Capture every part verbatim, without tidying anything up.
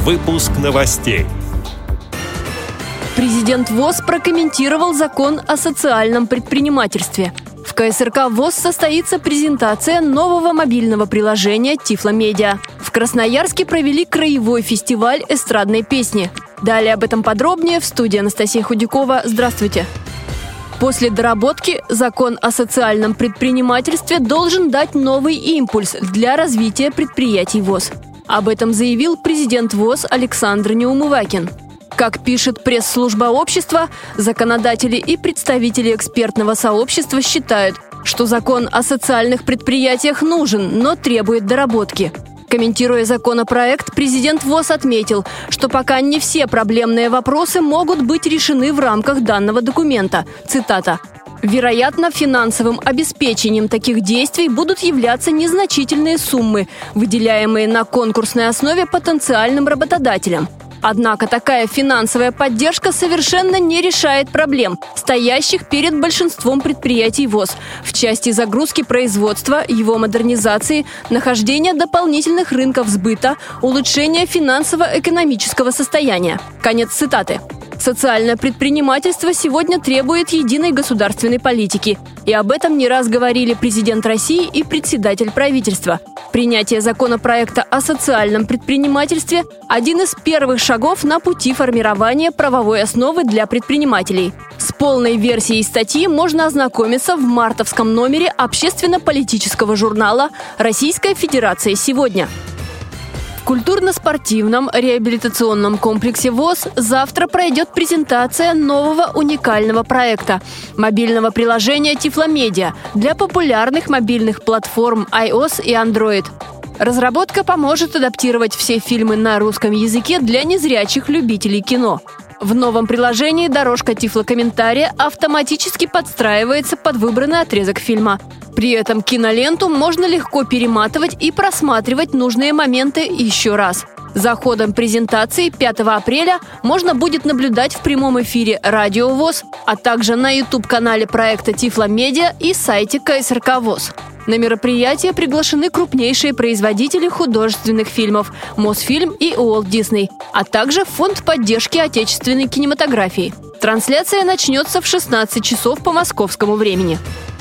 Выпуск новостей. Президент ВОС прокомментировал закон о социальном предпринимательстве. В ка эс эр ка ВОС состоится презентация нового мобильного приложения Тифломедиа. В Красноярске провели краевой фестиваль эстрадной песни. Далее об этом подробнее в студии Анастасия Худякова. Здравствуйте. После доработки закон о социальном предпринимательстве должен дать новый импульс для развития предприятий ВОС. Об этом заявил президент ВОС Александр Неумывакин. Как пишет пресс-служба общества, законодатели и представители экспертного сообщества считают, что закон о социальных предприятиях нужен, но требует доработки. Комментируя законопроект, президент ВОС отметил, что пока не все проблемные вопросы могут быть решены в рамках данного документа. Цитата. «Вероятно, финансовым обеспечением таких действий будут являться незначительные суммы, выделяемые на конкурсной основе потенциальным работодателям. Однако такая финансовая поддержка совершенно не решает проблем, стоящих перед большинством предприятий ВОС в части загрузки производства, его модернизации, нахождения дополнительных рынков сбыта, улучшения финансово-экономического состояния». Конец цитаты. Социальное предпринимательство сегодня требует единой государственной политики. И об этом не раз говорили президент России и председатель правительства. Принятие законопроекта о социальном предпринимательстве – один из первых шагов на пути формирования правовой основы для предпринимателей. С полной версией статьи можно ознакомиться в мартовском номере общественно-политического журнала «Российская Федерация сегодня». В культурно-спортивном реабилитационном комплексе ВОС завтра пройдет презентация нового уникального проекта – мобильного приложения Тифломедиа для популярных мобильных платформ iOS и Android. Разработка поможет адаптировать все фильмы на русском языке для незрячих любителей кино. В новом приложении дорожка тифлокомментария автоматически подстраивается под выбранный отрезок фильма. При этом киноленту можно легко перематывать и просматривать нужные моменты еще раз. За ходом презентации пятого апреля можно будет наблюдать в прямом эфире Радио ВОС, а также на ютуб-канале проекта Тифломедиа и сайте ка эс эр ка ВОС. На мероприятие приглашены крупнейшие производители художественных фильмов «Мосфильм» и «Уолт Дисней», а также Фонд поддержки отечественной кинематографии. Трансляция начнется в шестнадцать часов по московскому времени.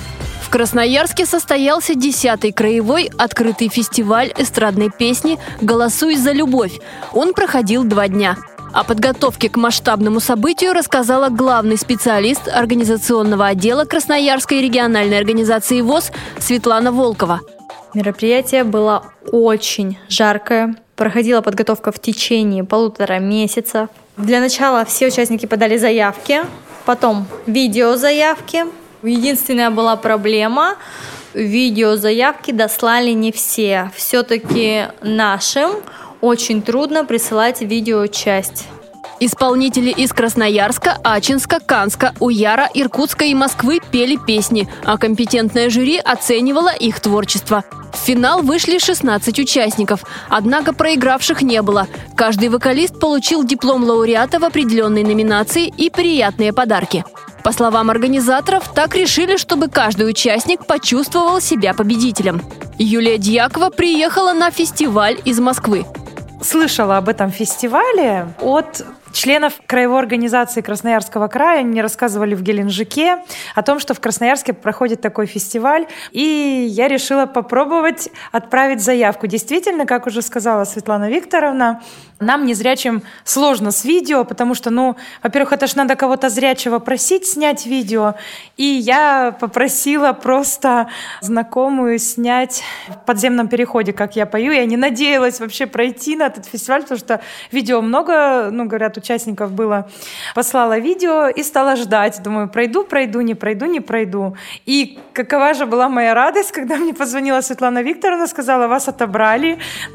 В Красноярске состоялся десятый краевой открытый фестиваль эстрадной песни «Голосуй за любовь». Он проходил два дня. О подготовке к масштабному событию рассказала главный специалист организационного отдела Красноярской региональной организации ВОС Светлана Волкова. Мероприятие было очень жаркое. Проходила подготовка в течение полутора месяцев. Для начала все участники подали заявки, потом видеозаявки. Единственная была проблема – видеозаявки дослали не все. Все-таки нашим очень трудно присылать видеочасть. Исполнители из Красноярска, Ачинска, Канска, Уяра, Иркутска и Москвы пели песни, а компетентное жюри оценивало их творчество. В финал вышли шестнадцать участников, однако проигравших не было. Каждый вокалист получил диплом лауреата в определенной номинации и приятные подарки. По словам организаторов, так решили, чтобы каждый участник почувствовал себя победителем. Юлия Дьякова приехала на фестиваль из Москвы. Слышала об этом фестивале от членов краевой организации Красноярского края. Они рассказывали в Геленджике о том, что в Красноярске проходит такой фестиваль. И я решила попробовать отправить заявку. Действительно, как уже сказала Светлана Викторовна, нам, незрячим, сложно с видео, потому что, ну, во-первых, это ж надо кого-то зрячего просить снять видео. И я попросила просто знакомую снять в подземном переходе, как я пою. Я не надеялась вообще пройти на этот фестиваль, потому что видео много, ну, говорят, участников было. Послала видео и стала ждать. Думаю, пройду, пройду, не пройду, не пройду. И какова же была моя радость, когда мне позвонила Светлана Викторовна, сказала, вас отобрали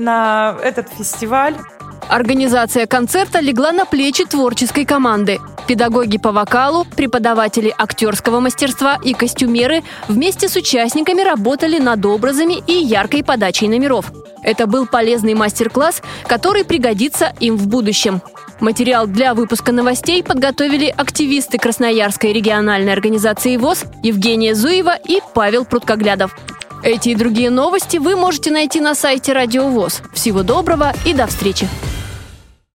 на этот фестиваль. Организация концерта легла на плечи творческой команды. Педагоги по вокалу, преподаватели актерского мастерства и костюмеры вместе с участниками работали над образами и яркой подачей номеров. Это был полезный мастер-класс, который пригодится им в будущем. Материал для выпуска новостей подготовили активисты Красноярской региональной организации ВОС Евгения Зуева и Павел Пруткоглядов. Эти и другие новости вы можете найти на сайте Радио ВОС. Всего доброго и до встречи!